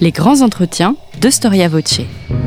Les grands entretiens de Storia Voce.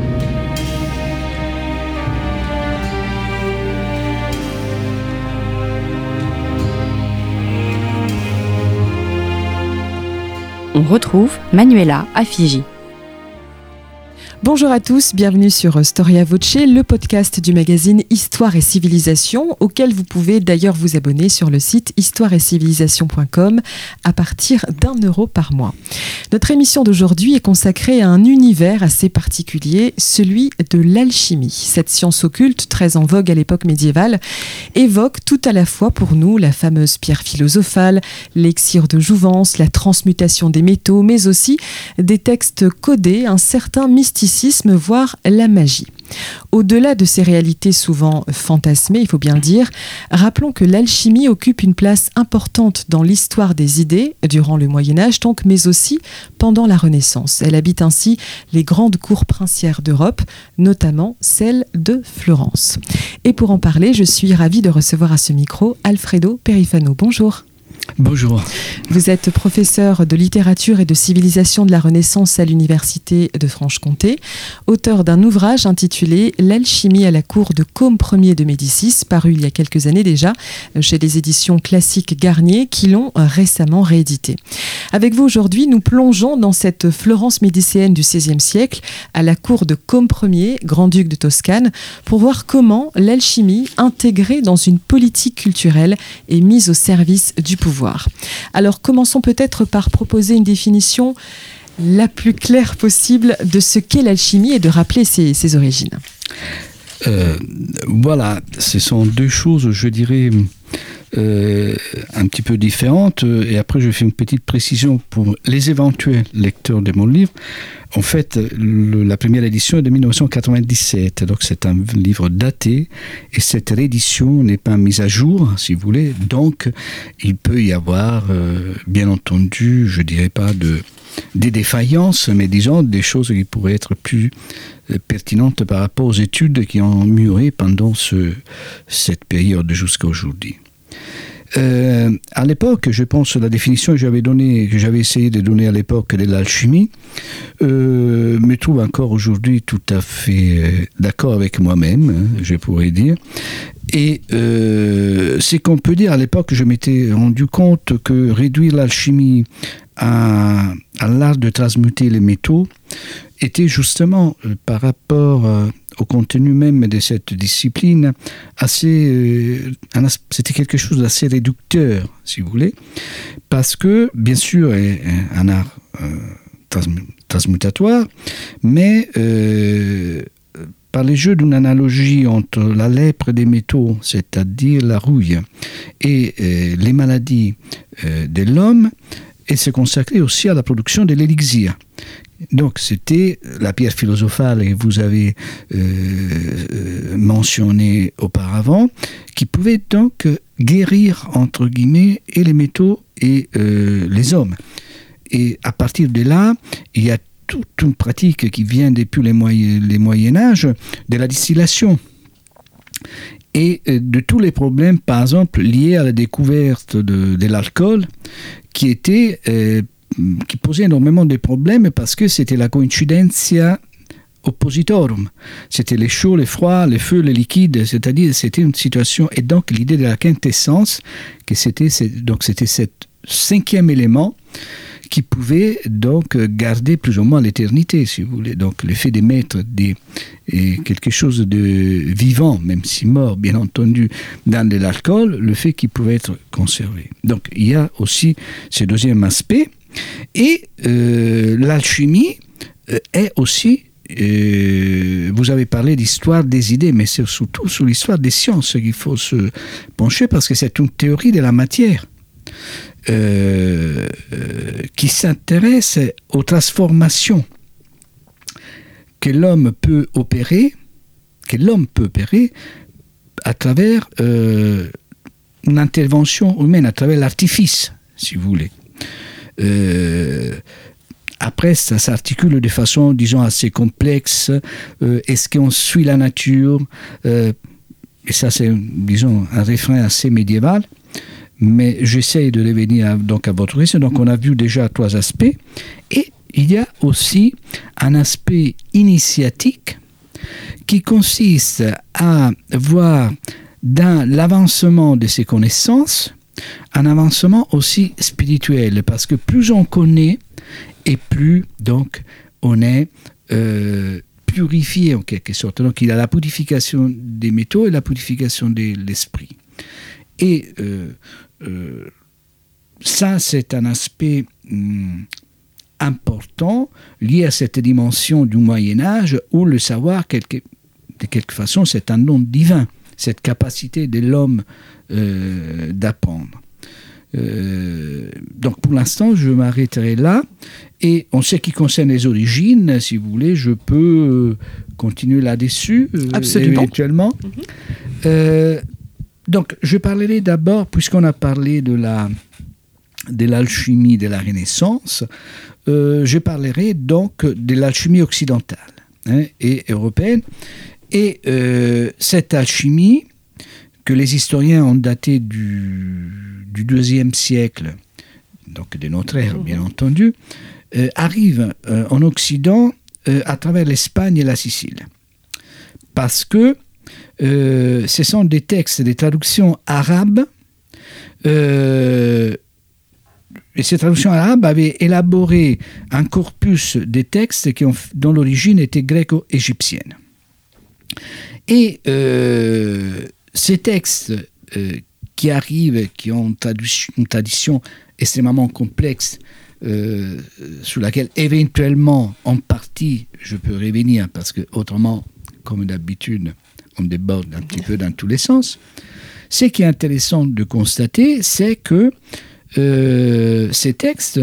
On retrouve Manuela à Fiji. Bonjour à tous, bienvenue sur Storia Voce, le podcast du magazine Histoire et Civilisation, auquel vous pouvez d'ailleurs vous abonner sur le site histoireetcivilisation.com à partir d'€1 par mois. Notre émission d'aujourd'hui est consacrée à un univers assez particulier, celui de l'alchimie. Cette science occulte, très en vogue à l'époque médiévale, évoque tout à la fois pour nous la fameuse pierre philosophale, l'élixir de jouvence, la transmutation des métaux, mais aussi des textes codés, un certain mysticisme, voire la magie. Au-delà de ces réalités souvent fantasmées, il faut bien le dire, rappelons que l'alchimie occupe une place importante dans l'histoire des idées durant le Moyen-Âge, donc, mais aussi pendant la Renaissance. Elle habite ainsi les grandes cours princières d'Europe, notamment celle de Florence. Et pour en parler, je suis ravie de recevoir à ce micro Alfredo Perifano. Bonjour. Bonjour. Vous êtes professeur de littérature et de civilisation de la Renaissance à l'Université de Franche-Comté, auteur d'un ouvrage intitulé « L'alchimie à la cour de Côme Ier de Médicis », paru il y a quelques années déjà chez les éditions classiques Garnier, qui l'ont récemment réédité. Avec vous aujourd'hui, nous plongeons dans cette Florence médicéenne du XVIe siècle, à la cour de Côme Ier, grand-duc de Toscane, pour voir comment l'alchimie, intégrée dans une politique culturelle, est mise au service du pouvoir. Alors, commençons peut-être par proposer une définition la plus claire possible de ce qu'est l'alchimie et de rappeler ses origines. Voilà, ce sont deux choses, je dirais, un petit peu différentes. Et après, je fais une petite précision pour les éventuels lecteurs de mon livre. En fait, la première édition est de 1997, donc c'est un livre daté, et cette réédition n'est pas mise à jour, si vous voulez, donc il peut y avoir, bien entendu, je dirais pas des défaillances, mais disons des choses qui pourraient être plus pertinentes par rapport aux études qui ont mûri pendant cette période jusqu'à aujourd'hui. À l'époque, je pense la définition que j'avais essayé de donner à l'époque de l'alchimie me trouve encore aujourd'hui tout à fait d'accord avec moi-même, je pourrais dire. Et c'est qu'on peut dire à l'époque, je m'étais rendu compte que réduire l'alchimie à l'art de transmuter les métaux était justement par rapport au contenu même de cette discipline c'était quelque chose d'assez réducteur, si vous voulez, parce que bien sûr un art transmutatoire, mais par les jeux d'une analogie entre la lèpre des métaux, c'est-à-dire la rouille, et les maladies de l'homme, et se consacrer aussi à la production de l'élixir. Donc c'était la pierre philosophale que vous avez mentionnée auparavant, qui pouvait donc guérir, entre guillemets, et les métaux et les hommes. Et à partir de là, il y a toute une pratique qui vient depuis les Moyen-Âge de la distillation. Et de tous les problèmes, par exemple, liés à la découverte de l'alcool, qui posait énormément de problèmes parce que c'était la coincidentia oppositorum. C'était les chauds, les froids, les feux, les liquides, c'est-à-dire c'était une situation. Et donc l'idée de la quintessence, que c'était cet cinquième élément qui pouvait donc garder plus ou moins l'éternité, si vous voulez. Donc le fait d'émettre quelque chose de vivant, même si mort, bien entendu, dans de l'alcool, le fait qu'il pouvait être conservé. Donc il y a aussi ce deuxième aspect. Et l'alchimie est aussi, vous avez parlé d'histoire des idées, mais c'est surtout sur l'histoire des sciences qu'il faut se pencher, parce que c'est une théorie de la matière qui s'intéresse aux transformations que l'homme peut opérer à travers une intervention humaine, à travers l'artifice, si vous voulez. Après, ça s'articule de façon, disons, assez complexe. Est-ce qu'on suit la nature et ça, c'est, disons, un refrain assez médiéval. Mais j'essaye de revenir donc à votre question. Donc, on a vu déjà 3 aspects. Et il y a aussi un aspect initiatique qui consiste à voir dans l'avancement de ses connaissances un avancement aussi spirituel, parce que plus on connaît et plus donc on est purifié en quelque sorte. Donc il y a la purification des métaux et la purification de l'esprit. Et ça, c'est un aspect important lié à cette dimension du Moyen-Âge où le savoir, de quelque façon, c'est un don divin, cette capacité de l'homme d'apprendre. Donc pour l'instant, je m'arrêterai là. Et en ce qui concerne les origines, si vous voulez, je peux continuer là-dessus éventuellement. Donc je parlerai d'abord, puisqu'on a parlé de l'alchimie de la Renaissance, je parlerai donc de l'alchimie occidentale et européenne. Et cette alchimie, que les historiens ont datée du IIe siècle, donc de notre ère bien entendu, arrive en Occident à travers l'Espagne et la Sicile. Parce que ce sont des textes, des traductions arabes, et ces traductions arabes avaient élaboré un corpus de textes dont l'origine était gréco-égyptienne. Et ces textes qui arrivent, qui ont une tradition extrêmement complexe, sur laquelle éventuellement, en partie, je peux revenir, parce que autrement, comme d'habitude, on déborde un petit peu dans tous les sens. Ce qui est intéressant de constater, c'est que ces textes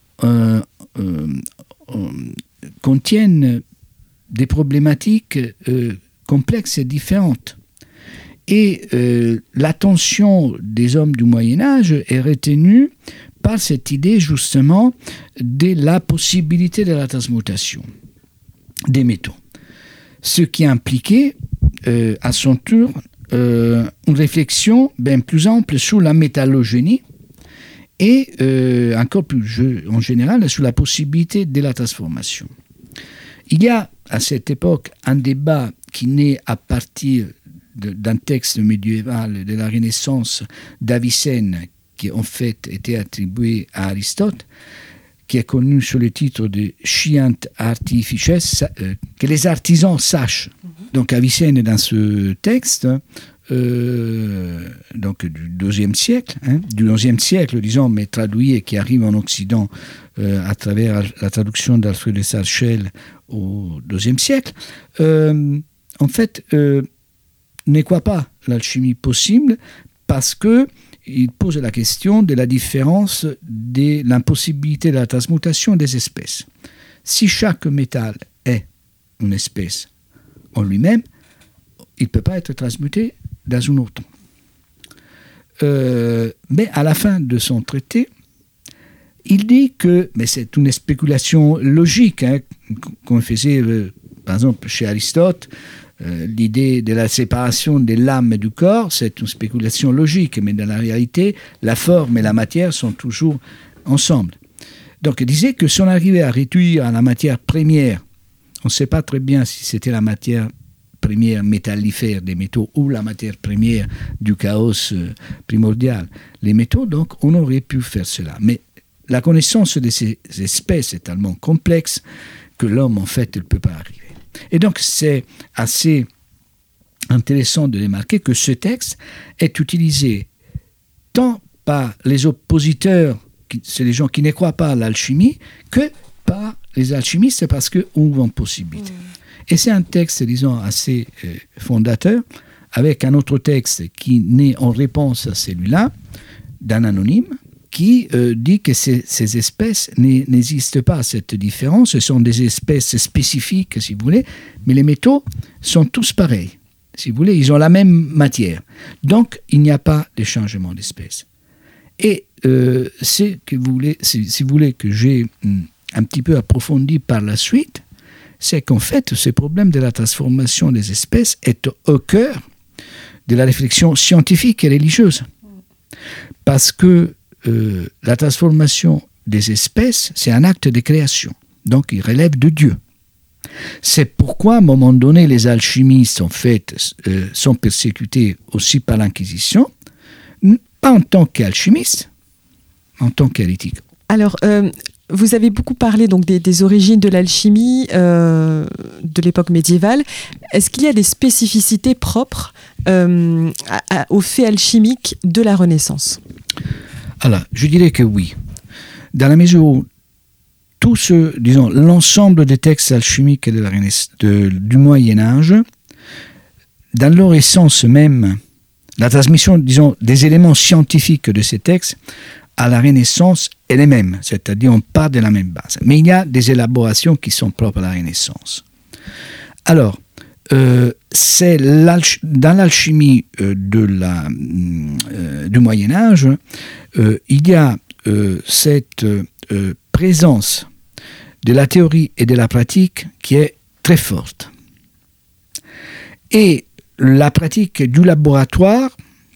contiennent des problématiques complexes et différentes. Et l'attention des hommes du Moyen-Âge est retenue par cette idée justement de la possibilité de la transmutation des métaux. Ce qui impliquait à son tour une réflexion bien plus ample sur la métallogénie et encore plus en général sur la possibilité de la transformation. Il y a à cette époque un débat qui naît à partir d'un texte médiéval de la Renaissance d'Avicenne qui en fait était attribué à Aristote, qui est connu sous le titre de Scient Artifices, que les artisans sachent. Donc Avicenne, dans ce texte, donc du XIIe siècle, du XIe siècle, disons, mais traduit et qui arrive en Occident à travers la traduction d'Alfred de Sarchel au XIIe siècle, en fait, ne croit pas l'alchimie possible parce qu'il pose la question de la différence de l'impossibilité de la transmutation des espèces. Si chaque métal est une espèce en lui-même, il ne peut pas être transmuté dans une autre. Mais à la fin de son traité, il dit que, mais c'est une spéculation logique, qu'on faisait par exemple chez Aristote, l'idée de la séparation de l'âme et du corps, c'est une spéculation logique, mais dans la réalité, la forme et la matière sont toujours ensemble. Donc il disait que si on arrivait à réduire à la matière première, on ne sait pas très bien si c'était la matière première métallifère des métaux ou la matière première du chaos primordial, les métaux, donc on aurait pu faire cela. Mais la connaissance de ces espèces est tellement complexe que l'homme, en fait, ne peut pas arriver. Et donc, c'est assez intéressant de remarquer que ce texte est utilisé tant par les oppositeurs, c'est les gens qui ne croient pas à l'alchimie, que par les alchimistes parce qu'on voit une possibilité. Et c'est un texte, disons, assez fondateur, avec un autre texte qui naît en réponse à celui-là, d'un anonyme, qui dit que ces espèces n'existent pas, cette différence. Ce sont des espèces spécifiques, si vous voulez, mais les métaux sont tous pareils. Si vous voulez, ils ont la même matière. Donc, il n'y a pas de changement d'espèce. Et si vous voulez que j'ai un petit peu approfondi par la suite, c'est qu'en fait, ce problème de la transformation des espèces est au cœur de la réflexion scientifique et religieuse. Parce que la transformation des espèces, c'est un acte de création. donc il relève de Dieu. C'est pourquoi, à un moment donné, les alchimistes, en fait, sont persécutés aussi par l'Inquisition, pas en tant qu'alchimistes, en tant qu'hérétiques. Alors, vous avez beaucoup parlé donc des origines de l'alchimie de l'époque médiévale. Est-ce qu'il y a des spécificités propres aux faits alchimiques de la Renaissance ? Alors, je dirais que oui. Dans la mesure où l'ensemble des textes alchimiques du Moyen-Âge, dans leur essence même, la transmission, des éléments scientifiques de ces textes à la Renaissance est la même, c'est-à-dire on part de la même base. Mais il y a des élaborations qui sont propres à la Renaissance. Alors, c'est dans l'alchimie du Moyen-Âge, il y a cette présence de la théorie et de la pratique qui est très forte. Et la pratique du laboratoire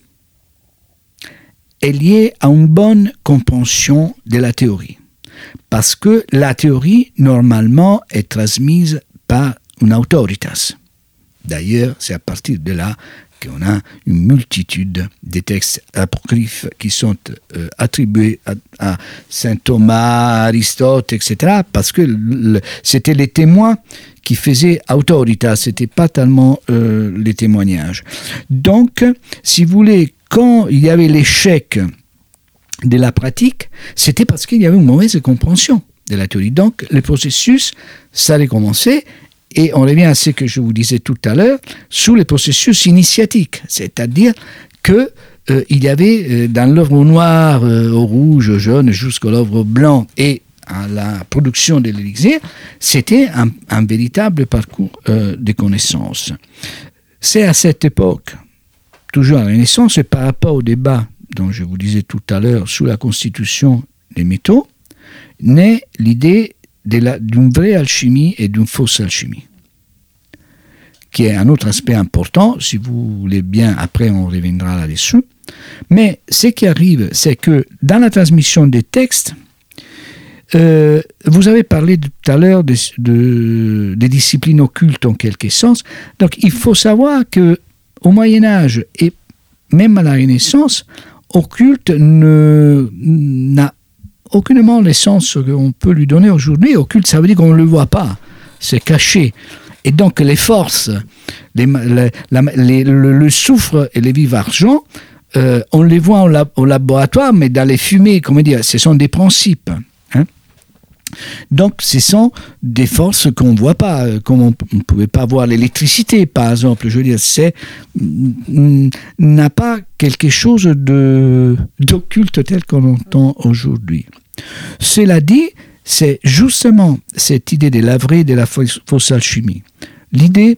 est liée à une bonne compréhension de la théorie. Parce que la théorie, normalement, est transmise par une autoritas. D'ailleurs, c'est à partir de là qu'on a une multitude de textes apocryphes qui sont attribués à saint Thomas, Aristote, etc. Parce que c'était les témoins qui faisaient autoritas, c'était pas tellement les témoignages. Donc, si vous voulez, quand il y avait l'échec de la pratique, c'était parce qu'il y avait une mauvaise compréhension de la théorie. Donc, le processus, ça allait commencer. Et on revient à ce que je vous disais tout à l'heure, sous les processus initiatiques. C'est-à-dire qu'il y avait dans l'œuvre noire, au rouge, au jaune, jusqu'à l'œuvre blanc et à la production de l'élixir, c'était un véritable parcours de connaissances. C'est à cette époque, toujours à la Renaissance, et par rapport au débat dont je vous disais tout à l'heure sur la constitution des métaux, naît l'idée d'une vraie alchimie et d'une fausse alchimie, qui est un autre aspect important. Si vous voulez bien, après on reviendra là-dessus. Mais ce qui arrive, c'est que dans la transmission des textes, vous avez parlé tout à l'heure des disciplines occultes en quelque sens. Donc il faut savoir qu'au Moyen-Âge et même à la Renaissance, occulte n'a aucunement l'essence qu'on peut lui donner aujourd'hui. Occulte, ça veut dire qu'on ne le voit pas, c'est caché. Et donc les forces, le soufre et les vivres argent, on les voit au laboratoire, mais dans les fumées, ce sont des principes. Hein. Donc ce sont des forces qu'on ne voit pas, comme on ne pouvait pas voir l'électricité, par exemple. Je veux dire, n'a pas quelque chose d'occulte tel qu'on entend aujourd'hui. Cela dit, c'est justement cette idée de la vraie et de la fausse alchimie. L'idée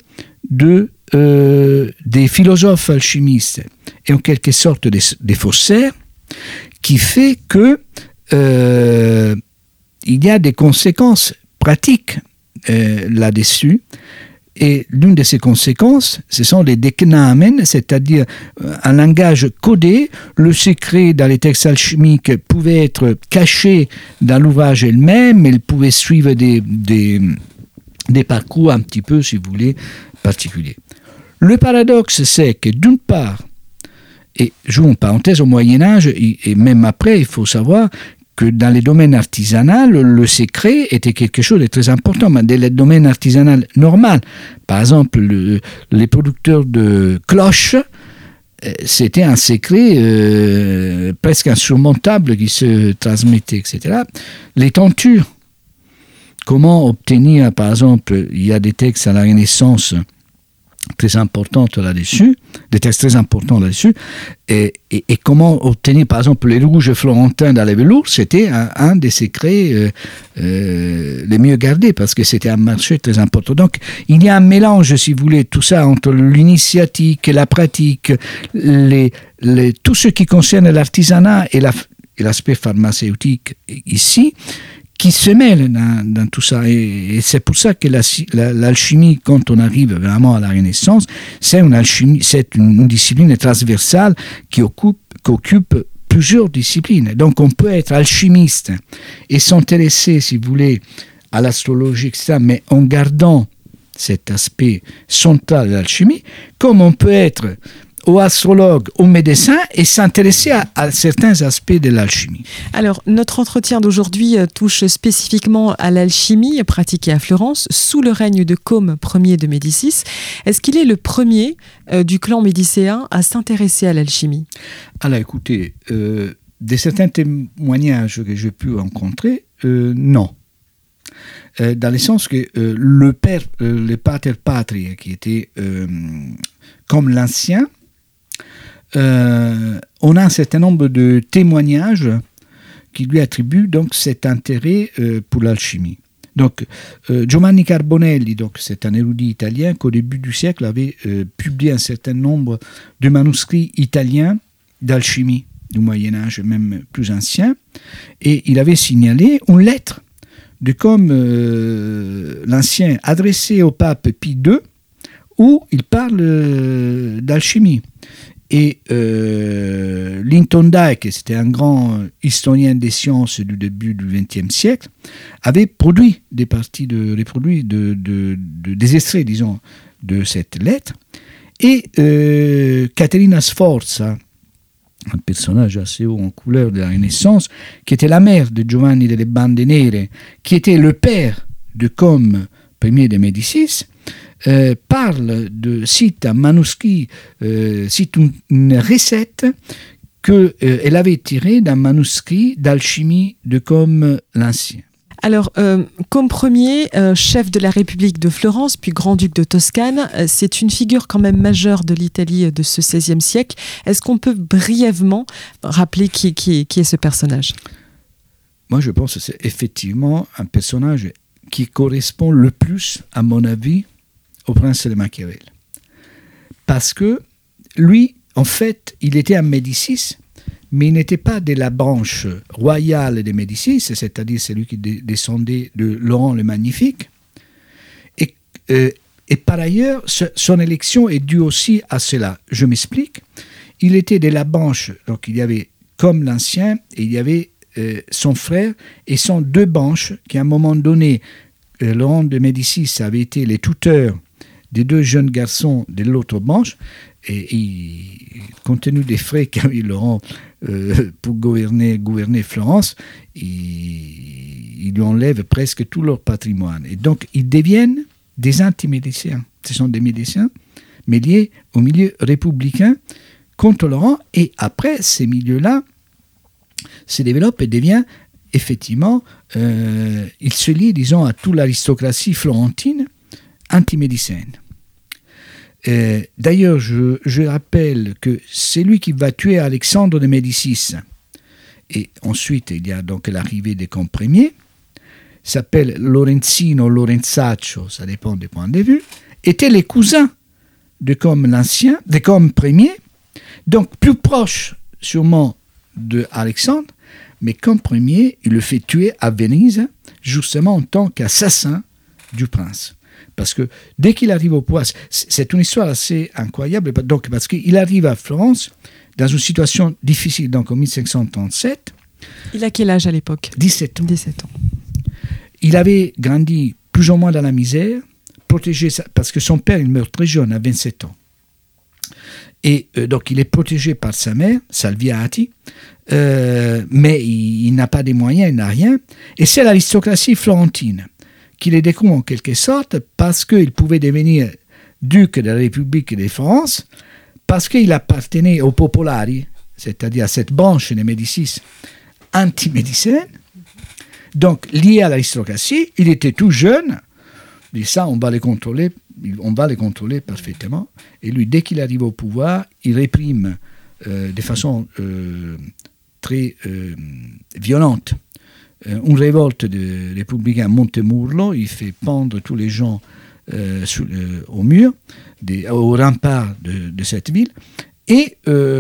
des philosophes alchimistes et en quelque sorte des faussaires qui fait que il y a des conséquences pratiques là-dessus. Et l'une de ces conséquences, ce sont les deknamen, c'est-à-dire un langage codé. Le secret dans les textes alchimiques pouvait être caché dans l'ouvrage elle-même, il pouvait suivre des parcours un petit peu, si vous voulez, particuliers. Le paradoxe, c'est que d'une part, et j'ouvre une parenthèse, au Moyen-Âge, et même après, il faut savoir que dans les domaines artisanaux, le secret était quelque chose de très important, mais dans les domaines artisanaux normaux, par exemple, les producteurs de cloches, c'était un secret presque insurmontable qui se transmettait, etc. Les tentures, comment obtenir, par exemple, il y a des textes à la Renaissance très importantes là-dessus, des textes très importants là-dessus, et comment obtenir, par exemple, les rouges florentins dans les velours, c'était un des secrets les mieux gardés, parce que c'était un marché très important. Donc, il y a un mélange, si vous voulez, tout ça, entre l'initiatique et la pratique, tout ce qui concerne l'artisanat et l'aspect pharmaceutique ici, qui se mêlent dans tout ça. Et c'est pour ça que l'alchimie, quand on arrive vraiment à la Renaissance, c'est une discipline transversale qui occupe plusieurs disciplines. Donc on peut être alchimiste et s'intéresser, si vous voulez, à l'astrologie, etc., mais en gardant cet aspect central de l'alchimie, comme on peut être au astrologue, au médecin et s'intéresser à certains aspects de l'alchimie. Alors, notre entretien d'aujourd'hui touche spécifiquement à l'alchimie pratiquée à Florence sous le règne de Côme Ier de Médicis. Est-ce qu'il est le premier du clan médicéen à s'intéresser à l'alchimie ? Alors écoutez, de certains témoignages que j'ai pu rencontrer, non. Dans le sens que le père, le pater patria, qui était comme l'ancien, on a un certain nombre de témoignages qui lui attribuent donc cet intérêt pour l'alchimie. Donc, Giovanni Carbonelli, donc, c'est un érudit italien qu'au début du siècle avait publié un certain nombre de manuscrits italiens d'alchimie du Moyen-Âge, même plus anciens, et il avait signalé une lettre de comme l'ancien adressé au pape Pie II, où il parle d'alchimie. Et Linton Dyke, c'était un grand historien des sciences du début du XXe siècle, avait produit des extraits, disons, de cette lettre. Et Caterina Sforza, un personnage assez haut en couleur de la Renaissance, qui était la mère de Giovanni delle Bande Nere, qui était le père de Côme Ier de Médicis, cite un manuscrit, cite une recette qu'elle avait tirée d'un manuscrit d'alchimie de Côme l'Ancien. Alors, Côme Ier, chef de la République de Florence, puis grand-duc de Toscane, c'est une figure quand même majeure de l'Italie de ce XVIe siècle. Est-ce qu'on peut brièvement rappeler qui est ce personnage ? Moi, je pense que c'est effectivement un personnage qui correspond le plus, à mon avis, au prince de Machiavel. Parce que lui, en fait, il était un Médicis, mais il n'était pas de la branche royale des Médicis, c'est-à-dire celui qui descendait de Laurent le Magnifique. Et par ailleurs, son élection est due aussi à cela. Je m'explique. Il était de la branche, donc il y avait comme l'Ancien, et il y avait son frère, et sont deux branches qui, à un moment donné, Laurent de Médicis avait été les tuteurs des deux jeunes garçons de l'autre branche, et compte tenu des frais qu'avait Laurent pour gouverner Florence, il lui enlève presque tout leur patrimoine. Et donc, ils deviennent des anti-médiciens. Ce sont des médecins, mais liés au milieu républicain contre Laurent. Et après, ces milieux-là se développent et deviennent effectivement, il se lie, disons, à toute l'aristocratie florentine anti-médicienne. D'ailleurs, je rappelle que c'est lui qui va tuer Alexandre de Médicis. Et ensuite, il y a donc l'arrivée des Côme Ier, s'appelle Lorenzino, Lorenzaccio, ça dépend des points de vue, étaient les cousins de Côme l'Ancien, de Côme Ier, donc plus proches sûrement de Alexandre, mais Côme Ier, il le fait tuer à Venise, justement en tant qu'assassin du prince. Parce que dès qu'il arrive au pouvoir, c'est une histoire assez incroyable, donc, parce qu'il arrive à Florence dans une situation difficile, donc en 1537. Il a quel âge à l'époque ? 17 ans. 17 ans. Il avait grandi plus ou moins dans la misère, protégé, parce que son père, il meurt très jeune, à 27 ans. Et donc, il est protégé par sa mère, Salviati, mais il n'a pas des moyens, il n'a rien. Et c'est l'aristocratie florentine qui les découvre en quelque sorte parce qu'il pouvait devenir duc de la République de France, parce qu'il appartenait aux popolari, c'est-à-dire à cette branche des Médicis anti-médicienne, donc lié à l'aristocratie. Il était tout jeune, et ça, on va les contrôler parfaitement. Et lui, dès qu'il arrive au pouvoir, il réprime de façon très violente une révolte de républicains à Montemurlo. Il fait pendre tous les gens au mur, au rempart de cette ville, et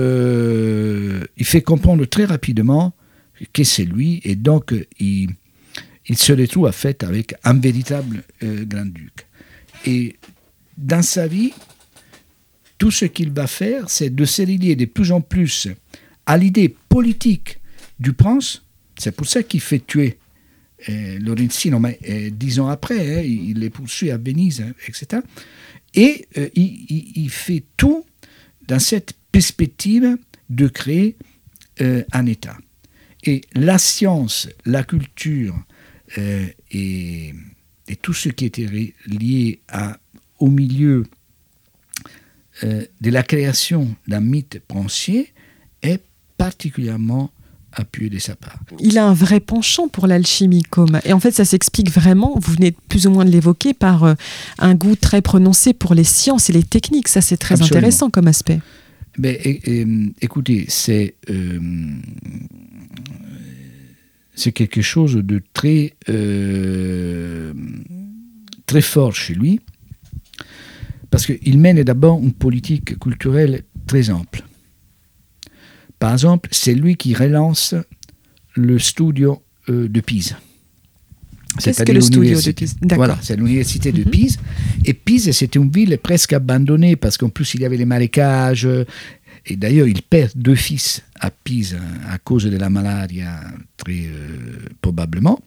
il fait comprendre très rapidement que c'est lui, et donc il se retrouve en fait avec un véritable grand-duc. Et dans sa vie, tout ce qu'il va faire, c'est de se relier de plus en plus à l'idée politique du prince. C'est pour ça qu'il fait tuer Lorenzino, mais 10 ans après, il les poursuit à Venise, etc. Et il fait tout dans cette perspective de créer un État. Et la science, la culture et tout ce qui était lié au milieu de la création d'un mythe princier est particulièrement appuyé de sa part. Il a un vrai penchant pour l'alchimie, et en fait ça s'explique vraiment, vous venez plus ou moins de l'évoquer, par un goût très prononcé pour les sciences et les techniques. Ça, c'est très Absolument. Intéressant comme aspect. Écoutez, c'est quelque chose de très très fort chez lui, parce qu'il mène d'abord une politique culturelle très ample. Par exemple, c'est lui qui relance le studio de Pise. Qu'est-ce que le studio de Pise? Voilà, c'est l'université de Pise. Et Pise, c'était une ville presque abandonnée, parce qu'en plus, il y avait les marécages. Et d'ailleurs, il perd 2 fils à Pise à cause de la malaria, très probablement.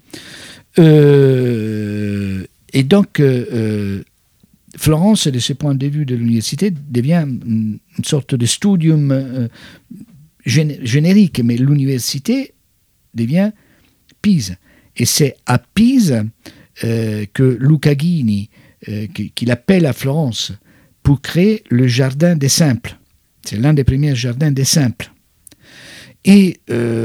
Et donc, Florence, de ce point de vue de l'université, devient une sorte de studium générique, mais l'université devient Pise. Et c'est à Pise que Luca Ghini, qu'il appelle à Florence, pour créer le jardin des simples. C'est l'un des premiers jardins des simples. Et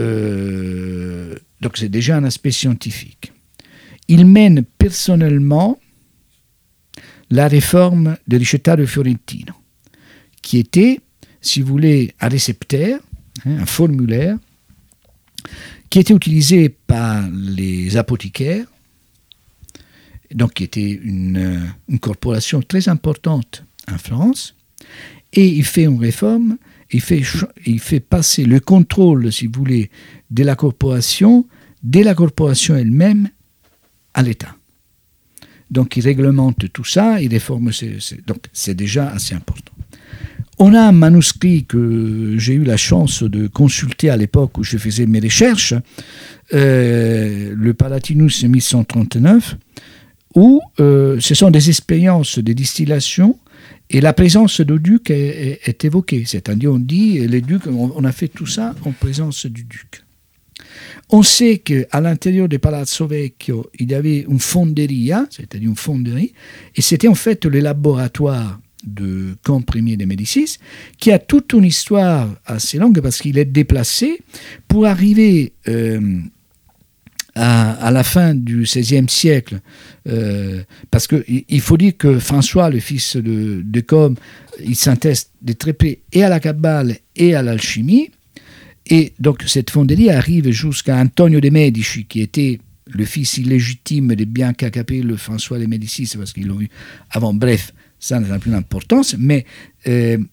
donc c'est déjà un aspect scientifique. Il mène personnellement la réforme de Ricettario Fiorentino, qui était, si vous voulez, un réceptaire, un formulaire, qui était utilisé par les apothicaires, donc qui était une corporation très importante en France, et il fait une réforme, il fait passer le contrôle, si vous voulez, de la corporation elle-même à l'État. Donc il réglemente tout ça, il réforme, donc c'est déjà assez important. On a un manuscrit que j'ai eu la chance de consulter à l'époque où je faisais mes recherches, le Palatinus 1139, où ce sont des expériences de distillation et la présence du duc est évoquée. C'est-à-dire, on dit, les ducs, on a fait tout ça en présence du duc. On sait qu'à l'intérieur de Palazzo Vecchio, il y avait une fonderia, c'est-à-dire une fonderie, et c'était en fait le laboratoire de Comte Ier de Médicis, qui a toute une histoire assez longue parce qu'il est déplacé pour arriver à la fin du XVIe siècle, parce qu'il faut dire que François, le fils de Comte, il s'intéresse de très près et à la Kabbale et à l'alchimie, et donc cette fonderie arrive jusqu'à Antonio de Medici, qui était le fils illégitime de Bianca Capello, François de Médicis, parce qu'ils l'ont eu avant. Bref, ça n'a plus d'importance, mais il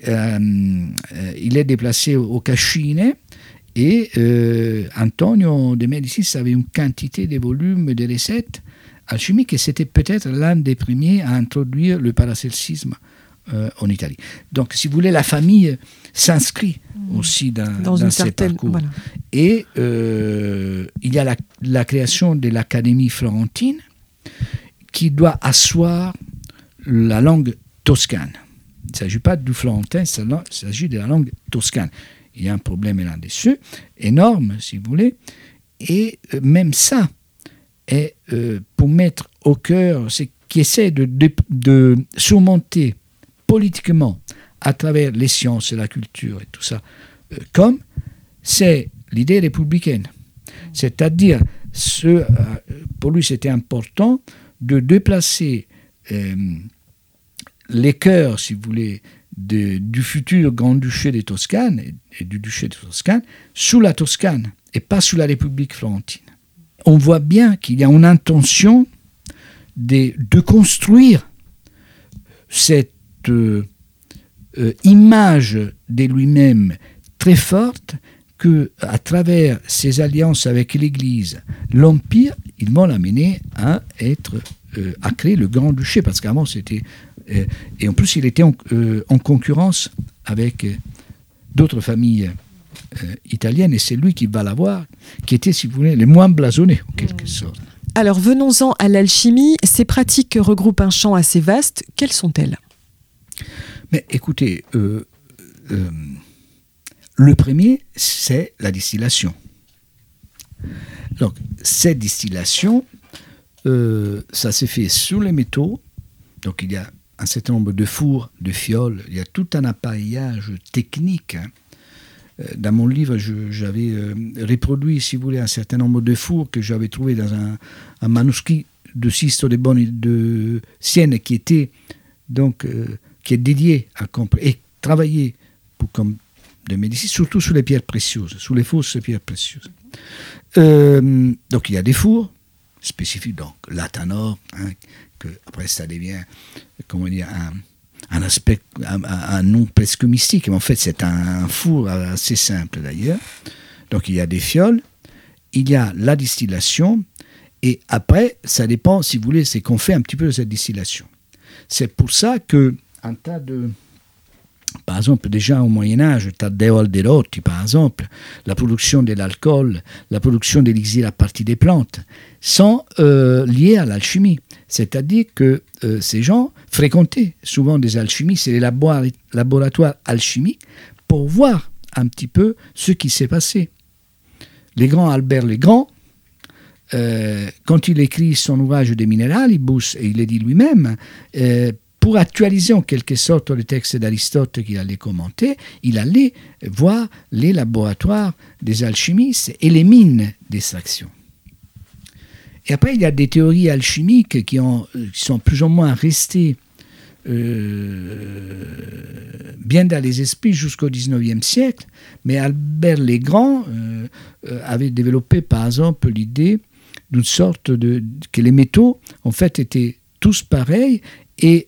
est déplacé au Cascine, et Antonio de Médicis avait une quantité de volumes de recettes alchimiques, et c'était peut-être l'un des premiers à introduire le paracelsusisme en Italie. Donc, si vous voulez, la famille s'inscrit aussi dans ce parcours. Voilà. Et il y a la création de l'Académie florentine qui doit asseoir la langue toscane. Il ne s'agit pas du florentin, il s'agit de la langue toscane. Il y a un problème là-dessus, énorme, si vous voulez. Et même ça est pour mettre au cœur ce qui essaie de surmonter politiquement à travers les sciences et la culture et tout ça, comme c'est l'idée républicaine. C'est-à-dire, pour lui, c'était important de déplacer les cœurs, si vous voulez, du futur Grand-Duché de Toscane et du Duché de Toscane sous la Toscane et pas sous la République florentine. On voit bien qu'il y a une intention de construire cette image de lui-même très forte qu'à travers ses alliances avec l'Église, l'Empire, ils vont l'amener à créer le Grand-Duché, parce qu'avant c'était... et en plus il était en concurrence avec d'autres familles italienne, et c'est lui qui va l'avoir, qui était, si vous voulez, le moins blasonné, en quelque sorte. Alors, venons-en à l'alchimie. Ces pratiques regroupent un champ assez vaste. Quelles sont-elles ? Mais écoutez, le premier, c'est la distillation. Donc, cette distillation, ça s'est fait sur les métaux. Donc, il y a un certain nombre de fours, de fioles. Il y a tout un appareillage technique. Dans mon livre, j'avais reproduit, si vous voulez, un certain nombre de fours que j'avais trouvé dans un manuscrit de Sisto de Boni de Sienne qui était donc qui est dédié à et travailler comme de médecine, surtout sur les pierres précieuses, sur les fausses pierres précieuses. Donc il y a des fours spécifiques, donc l'atanor, que après ça devient, comment dire, un aspect, un nom presque mystique, mais en fait c'est un four assez simple d'ailleurs. Donc il y a des fioles, il y a la distillation, et après ça dépend, si vous voulez, c'est qu'on fait un petit peu de cette distillation. C'est pour ça que un tas de, par exemple, déjà au Moyen-Âge, Taddeo Alderotti, par exemple, la production de l'alcool, la production d'élixir à partir des plantes, sont liées à l'alchimie. C'est-à-dire que ces gens fréquentaient souvent des alchimistes et des laboratoires alchimiques pour voir un petit peu ce qui s'est passé. Les grands Albert le Grand, quand il écrit son ouvrage De Mineralibus, et il le dit lui-même, pour actualiser en quelque sorte le texte d'Aristote qu'il allait commenter, il allait voir les laboratoires des alchimistes et les mines d'extraction. Et après, il y a des théories alchimiques qui sont plus ou moins restées bien dans les esprits jusqu'au XIXe siècle, mais Albert le Grand avait développé par exemple l'idée d'une sorte que les métaux en fait étaient tous pareils et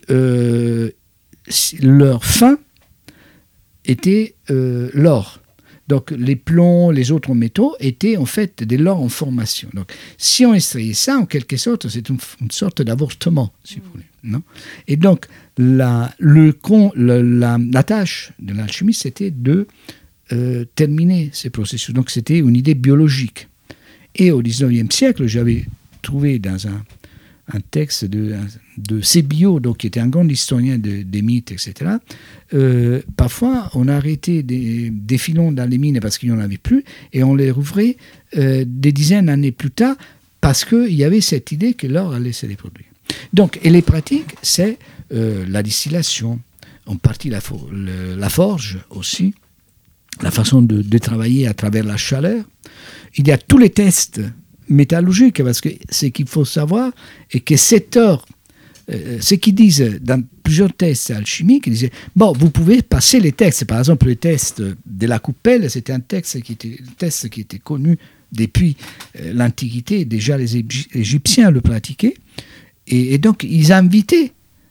leur fin était l'or. Donc les plombs, les autres métaux étaient en fait de l'or en formation. Donc si on extrayait ça, en quelque sorte, c'est une sorte d'avortement, si vous voulez. Non ? Et donc la tâche de l'alchimie, c'était de terminer ces processus. Donc c'était une idée biologique. Et au XIXe siècle, j'avais trouvé dans un texte de Sebillot, donc qui était un grand historien des mythes, etc. Parfois, on arrêtait des filons dans les mines parce qu'il n'y en avait plus, et on les rouvrait des dizaines d'années plus tard parce qu'il y avait cette idée que l'or allait se reproduire. Donc, et les pratiques, c'est la distillation, en partie la forge aussi, la façon de travailler à travers la chaleur. Il y a tous les tests métallurgiques, parce que ce qu'il faut savoir est que cette or, ce qu'ils disent dans plusieurs tests alchimiques, ils disaient, bon, vous pouvez passer les tests. Par exemple, le test de la coupelle, c'était un test qui était connu depuis l'Antiquité. Déjà, les Égyptiens le pratiquaient. Et donc, ils invitaient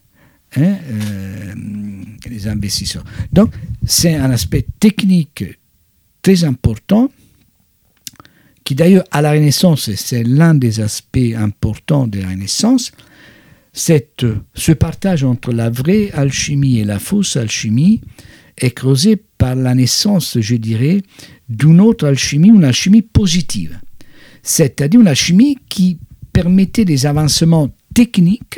les investisseurs. Donc, c'est un aspect technique très important qui d'ailleurs, à la Renaissance, c'est l'un des aspects importants de la Renaissance, ce partage entre la vraie alchimie et la fausse alchimie est creusé par la naissance, je dirais, d'une autre alchimie, une alchimie positive. C'est-à-dire une alchimie qui permettait des avancements techniques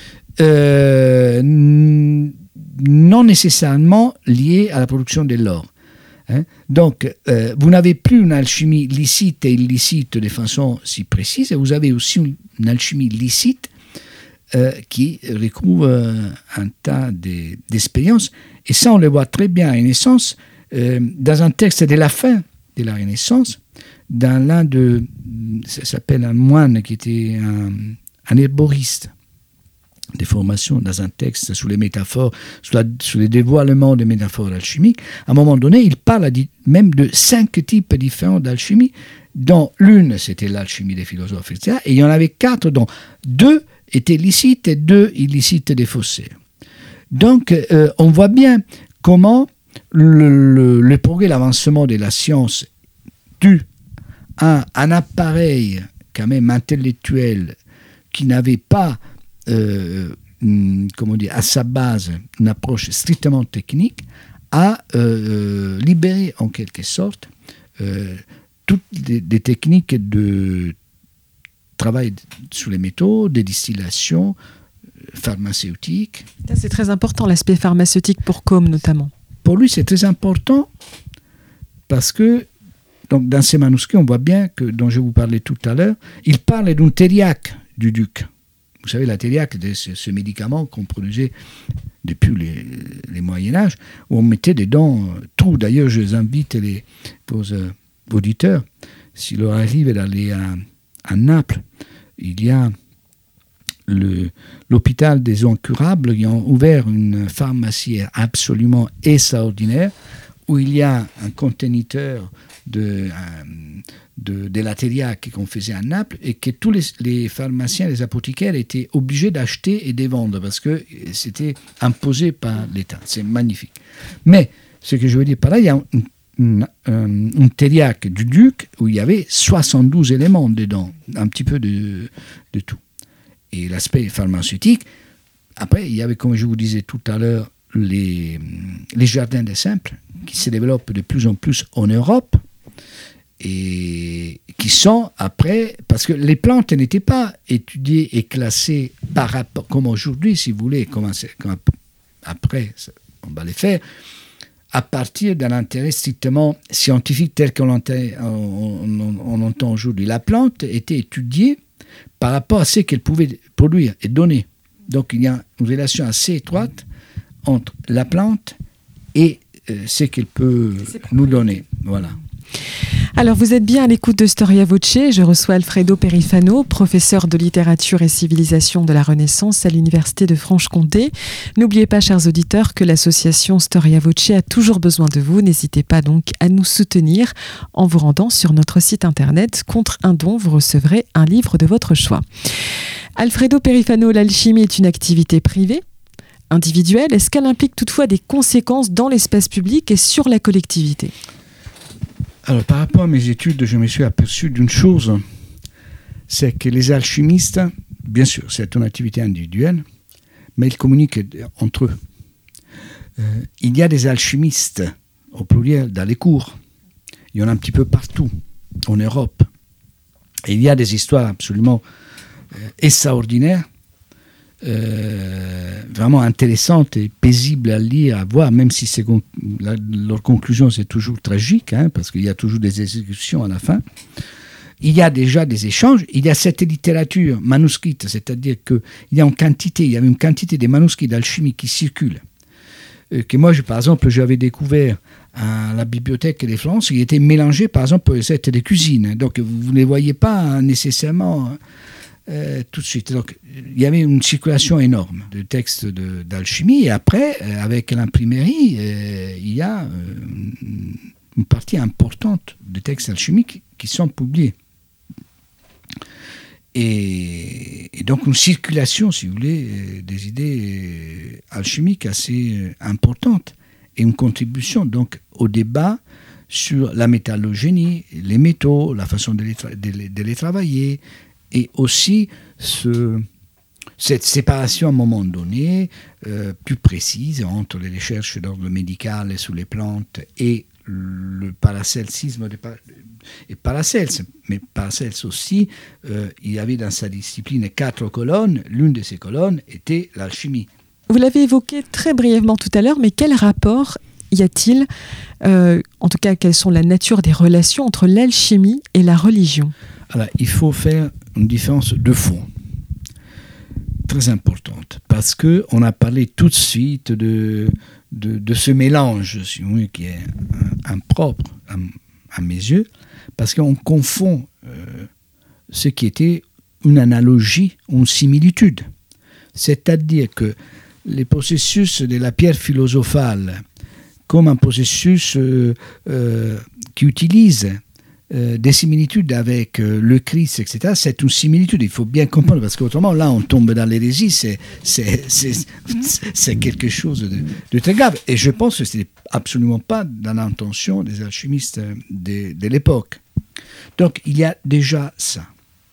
non nécessairement liés à la production de l'or. Donc, vous n'avez plus une alchimie licite et illicite de façon si précise, vous avez aussi une alchimie licite qui recouvre un tas d'expériences. Et ça, on le voit très bien à la Renaissance, dans un texte de la fin de la Renaissance, dans ça s'appelle un moine qui était un herboriste, des formations dans un texte sur les métaphores, sur les dévoilements des métaphores alchimiques. À un moment donné, il parle même de 5 types différents d'alchimie, dont l'une, c'était l'alchimie des philosophes, etc. Et il y en avait 4, dont 2 étaient licites et 2 illicites des faussaires. Donc, on voit bien comment le progrès, l'avancement de la science dû à un appareil quand même intellectuel qui n'avait pas à sa base une approche strictement technique, a libéré en quelque sorte toutes des techniques de travail sur les métaux, de distillation, pharmaceutique. C'est très important, l'aspect pharmaceutique pour Côme notamment. Pour lui, c'est très important parce que donc, dans ces manuscrits, on voit bien que, dont je vous parlais tout à l'heure, il parle d'une thériaque du duc. Vous savez, la thériaque, c'est ce médicament qu'on produisait depuis les Moyen-Âge, où on mettait dedans tout. D'ailleurs, je les invite vos auditeurs, s'il leur arrive d'aller à Naples, il y a l'hôpital des Incurables qui ont ouvert une pharmacie absolument extraordinaire où il y a un conteneur de la thériaque qu'on faisait à Naples et que tous les pharmaciens, les apothicaires étaient obligés d'acheter et de vendre parce que c'était imposé par l'État. C'est magnifique. Mais ce que je veux dire par là, il y a une thériaque du duc où il y avait 72 éléments dedans, un petit peu de tout. Et l'aspect pharmaceutique, après, il y avait, comme je vous disais tout à l'heure, les jardins des simples qui se développent de plus en plus en Europe et qui sont après, parce que les plantes n'étaient pas étudiées et classées par rapport, comme aujourd'hui, si vous voulez, après, on va les faire, à partir d'un intérêt strictement scientifique tel qu'on entend aujourd'hui. La plante était étudiée par rapport à ce qu'elle pouvait produire et donner. Donc il y a une relation assez étroite entre la plante et ce qu'elle peut nous donner. Voilà. Alors vous êtes bien à l'écoute de Storia Voce. Je reçois Alfredo Perifano, professeur de littérature et civilisation de la Renaissance à l'Université de Franche-Comté. N'oubliez pas, chers auditeurs, que l'association Storia Voce a toujours besoin de vous. N'hésitez pas donc à nous soutenir en vous rendant sur notre site internet. Contre un don, vous recevrez un livre de votre choix. Alfredo Perifano, l'alchimie est une activité privée, individuelle. Est-ce qu'elle implique toutefois des conséquences dans l'espace public et sur la collectivité ? Alors, par rapport à mes études, je me suis aperçu d'une chose, c'est que les alchimistes, bien sûr, c'est une activité individuelle, mais ils communiquent entre eux. Il y a des alchimistes, au pluriel, dans les cours. Il y en a un petit peu partout, en Europe. Et il y a des histoires absolument extraordinaires, vraiment intéressantes et paisibles à lire, à voir, même si leur conclusion c'est toujours tragique, parce qu'il y a toujours des exécutions à la fin. Il y a déjà des échanges, il y a cette littérature manuscrite, c'est-à-dire qu'il y a une quantité de manuscrits d'alchimie qui circulent, que moi, par exemple, j'avais découvert à la bibliothèque de France, qui étaient mélangés, par exemple, pour les recettes de cuisine. Donc, vous ne les voyez pas nécessairement tout de suite. Donc, il y avait une circulation énorme de textes d'alchimie. Et après, avec l'imprimerie, il y a une partie importante de textes alchimiques qui sont publiés. Et donc, une circulation, si vous voulez, des idées alchimiques assez importante. Et une contribution, donc, au débat sur la métallogénie, les métaux, la façon de les travailler, et aussi cette séparation à un moment donné plus précise entre les recherches d'ordre médical sur les plantes et le paracelsisme et Paracelse. Mais Paracelse aussi, il y avait dans sa discipline 4 colonnes. L'une de ces colonnes était l'alchimie. Vous l'avez évoqué très brièvement tout à l'heure, mais quel rapport y a-t-il, en tout cas, quelles sont la nature des relations entre l'alchimie et la religion ? Alors, il faut faire une différence de fond, très importante, parce qu'on a parlé tout de suite de ce mélange, si vous voulez, qui est impropre à mes yeux, parce qu'on confond ce qui était une analogie ou une similitude. C'est-à-dire que les processus de la pierre philosophale, comme un processus qui utilise des similitudes avec le Christ, etc., c'est une similitude, il faut bien comprendre, parce qu'autrement, là, on tombe dans l'hérésie, c'est quelque chose de très grave. Et je pense que ce n'est absolument pas dans l'intention des alchimistes de l'époque. Donc, il y a déjà ça.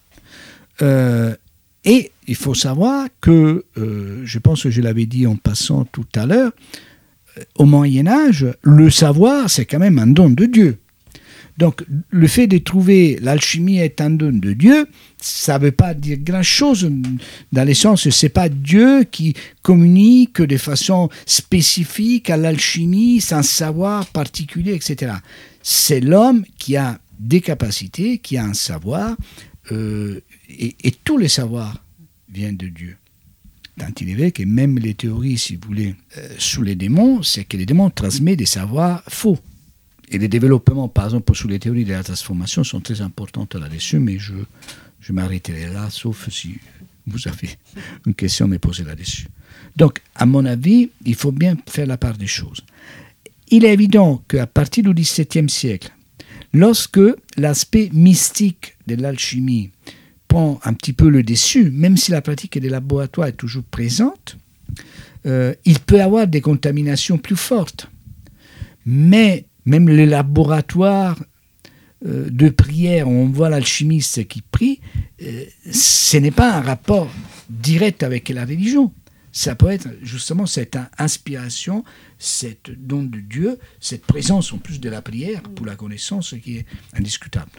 Et il faut savoir que, je pense que je l'avais dit en passant tout à l'heure, au Moyen-Âge, le savoir, c'est quand même un don de Dieu. Donc, le fait de trouver l'alchimie est un don de Dieu, ça ne veut pas dire grand-chose, dans le sens que ce n'est pas Dieu qui communique de façon spécifique à l'alchimie, sans savoir particulier, etc. C'est l'homme qui a des capacités, qui a un savoir, et tous les savoirs viennent de Dieu. Tant il est vrai que même les théories, si vous voulez, sous les démons, c'est que les démons transmettent des savoirs faux. Et les développements, par exemple, sous les théories de la transformation sont très importantes là-dessus, mais je m'arrêterai là, sauf si vous avez une question à me poser là-dessus. Donc, à mon avis, il faut bien faire la part des choses. Il est évident qu'à partir du XVIIe siècle, lorsque l'aspect mystique de l'alchimie prend un petit peu le dessus, même si la pratique des laboratoires est toujours présente, il peut y avoir des contaminations plus fortes. Mais même les laboratoires de prière où on voit l'alchimiste qui prie, ce n'est pas un rapport direct avec la religion. Ça peut être justement cette inspiration, cette don de Dieu, cette présence en plus de la prière pour la connaissance qui est indiscutable.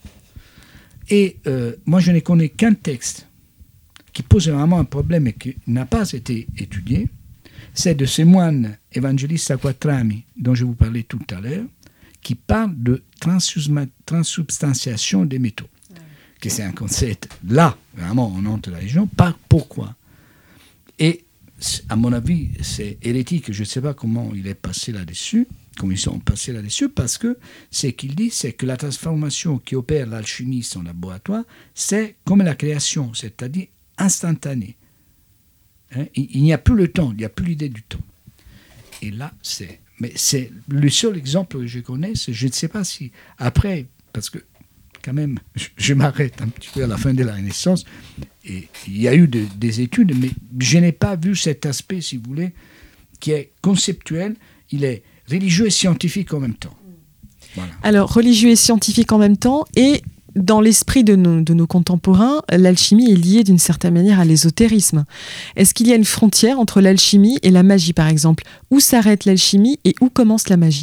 Et moi, je ne connais qu'un texte qui pose vraiment un problème et qui n'a pas été étudié. C'est de ce moine évangéliste Quattrami, dont je vous parlais tout à l'heure, qui parle de transsubstantiation des métaux. Que c'est un concept, là, vraiment, on entre la religion, pas pourquoi. Et, à mon avis, c'est hérétique, je ne sais pas comment il est passé là-dessus, comment ils sont passés là-dessus, parce que ce qu'il dit, c'est que la transformation qui opère l'alchimiste en laboratoire, c'est comme la création, c'est-à-dire instantanée. Il n'y a plus le temps, il n'y a plus l'idée du temps. Et là, mais c'est le seul exemple que je connais, je ne sais pas si, après, parce que quand même, je m'arrête un petit peu à la fin de la Renaissance, et il y a eu des études, mais je n'ai pas vu cet aspect, si vous voulez, qui est conceptuel, il est religieux et scientifique en même temps. Voilà. Alors, religieux et scientifique en même temps, et dans l'esprit de nos contemporains, l'alchimie est liée d'une certaine manière à l'ésotérisme. Est-ce qu'il y a une frontière entre l'alchimie et la magie, par exemple ? Où s'arrête l'alchimie et où commence la magie ?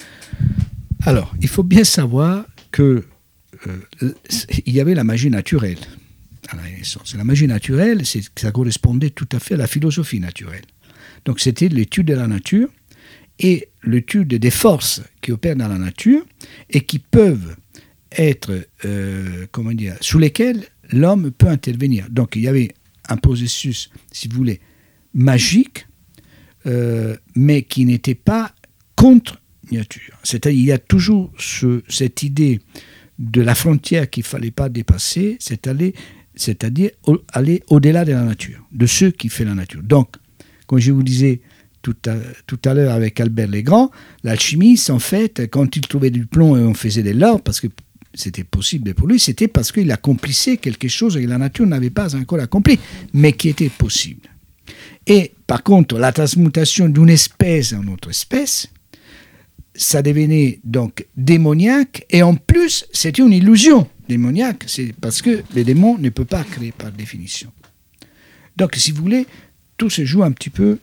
Alors, il faut bien savoir que il y avait la magie naturelle à la Renaissance. La magie naturelle, ça correspondait tout à fait à la philosophie naturelle. Donc, c'était l'étude de la nature et l'étude des forces qui opèrent dans la nature et qui peuvent être, sous lesquels l'homme peut intervenir. Donc, il y avait un processus, si vous voulez, magique, mais qui n'était pas contre nature. C'est-à-dire, il y a toujours cette idée de la frontière qu'il ne fallait pas dépasser, c'est-à-dire aller au-delà de la nature, de ce qui fait la nature. Donc, comme je vous disais tout à l'heure avec Albert Legrand, l'alchimiste, en fait, quand il trouvait du plomb et on faisait de l'or, parce que c'était possible pour lui, c'était parce qu'il accomplissait quelque chose que la nature n'avait pas encore accompli, mais qui était possible. Et par contre, la transmutation d'une espèce en autre espèce, ça devenait donc démoniaque, et en plus, c'était une illusion démoniaque, c'est parce que les démons ne peuvent pas créer par définition. Donc, si vous voulez, tout se joue un petit peu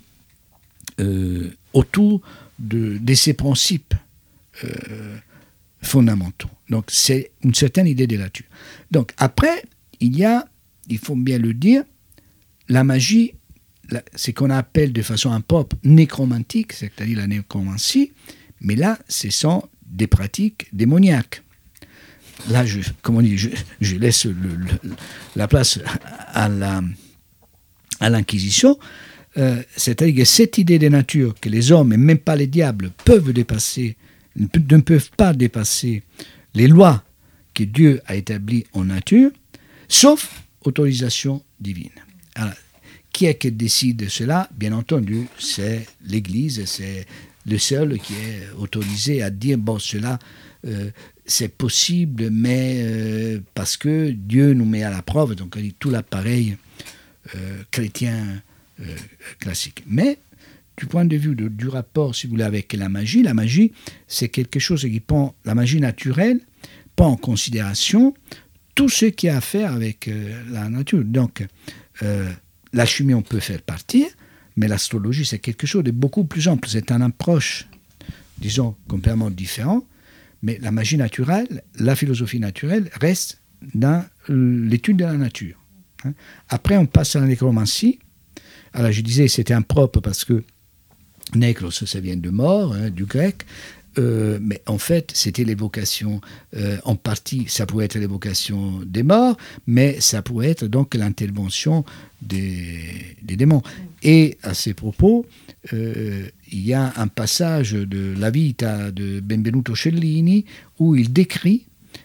autour de ces principes fondamentaux. Donc, c'est une certaine idée de la nature. Donc, après, il faut bien le dire, la magie, ce qu'on appelle de façon impropre nécromantique, c'est-à-dire la nécromancie, mais là, ce sont des pratiques démoniaques. Là, je laisse la place à l'Inquisition, c'est-à-dire que cette idée de nature que les hommes, et même pas les diables, ne peuvent pas dépasser les lois que Dieu a établies en nature, sauf autorisation divine. Alors, qui est qui décide de cela ? Bien entendu, c'est l'Église, c'est le seul qui est autorisé à dire, bon, cela, c'est possible, mais parce que Dieu nous met à la preuve, donc tout l'appareil chrétien classique. Mais, du point de vue du rapport, si vous voulez, avec la magie, c'est quelque chose qui prend, la magie naturelle, prend en considération tout ce qui a à faire avec la nature. Donc, la chimie, on peut faire partie, Mais l'astrologie, c'est quelque chose de beaucoup plus ample. C'est une approche, disons, complètement différente. Mais la magie naturelle, la philosophie naturelle reste dans l'étude de la nature. Après, on passe à la nécromancie. Alors, je disais, c'était impropre parce que nécros, ça vient de mort, du grec. Mais en fait, c'était l'évocation, en partie, ça pouvait être l'évocation des morts, mais ça pouvait être donc l'intervention des démons. Et à ces propos, il y a un passage de La Vita de Benvenuto Cellini où il décrit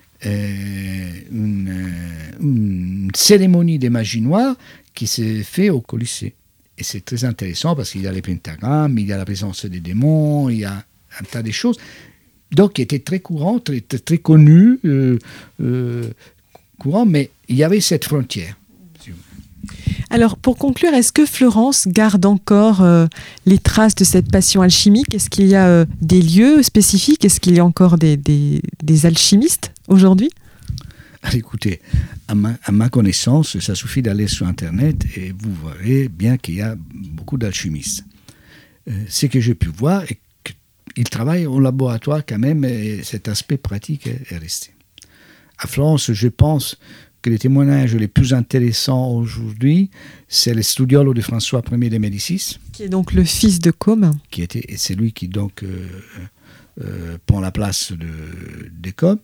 une cérémonie des magie noire qui s'est faite au Colisée. Et c'est très intéressant parce qu'il y a les pentagrammes, il y a la présence des démons, il y a un tas de choses, donc qui était très courant, très, très, très connu, courant, mais il y avait cette frontière. Alors, pour conclure, est-ce que Florence garde encore les traces de cette passion alchimique ? Est-ce qu'il y a des lieux spécifiques ? Est-ce qu'il y a encore des alchimistes aujourd'hui ? Écoutez, à ma connaissance, ça suffit d'aller sur Internet et vous verrez bien qu'il y a beaucoup d'alchimistes. Ce que j'ai pu voir est qu'ils travaillent au laboratoire quand même et cet aspect pratique est resté. À Florence, je pense que les témoignages les plus intéressants aujourd'hui, c'est le studiolo de François Ier de Médicis. Qui est donc le fils de Côme. C'est lui qui donc prend la place de Côme.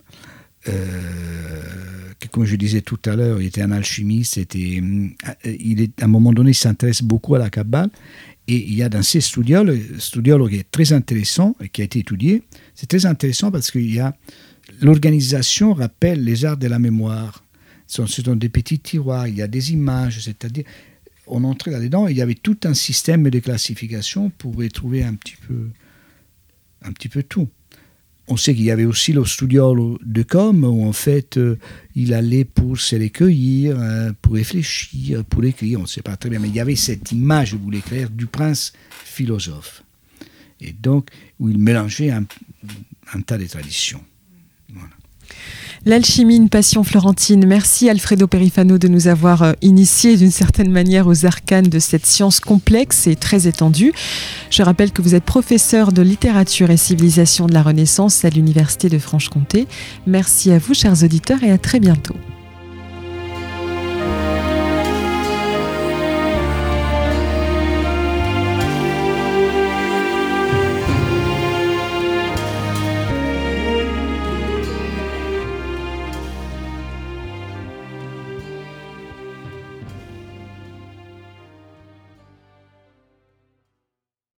Comme je disais tout à l'heure, il était un alchimiste, à un moment donné, il s'intéresse beaucoup à la Kabbale, et il y a dans ces studiolo qui est très intéressant et qui a été étudié. C'est très intéressant parce qu'il y a l'organisation rappelle les arts de la mémoire. Ce sont des petits tiroirs, il y a des images, c'est-à-dire on entrait là-dedans, il y avait tout un système de classification pour y trouver un petit peu tout. On sait qu'il y avait aussi le studiolo de Côme où en fait il allait pour se recueillir, pour réfléchir, pour écrire, on ne sait pas très bien, mais il y avait cette image, je voulais écrire, du prince philosophe. Et donc où il mélangeait un tas de traditions. Voilà. L'alchimie, une passion florentine. Merci Alfredo Perifano de nous avoir initiés d'une certaine manière aux arcanes de cette science complexe et très étendue. Je rappelle que vous êtes professeur de littérature et civilisation de la Renaissance à l'Université de Franche-Comté. Merci à vous, chers auditeurs, et à très bientôt.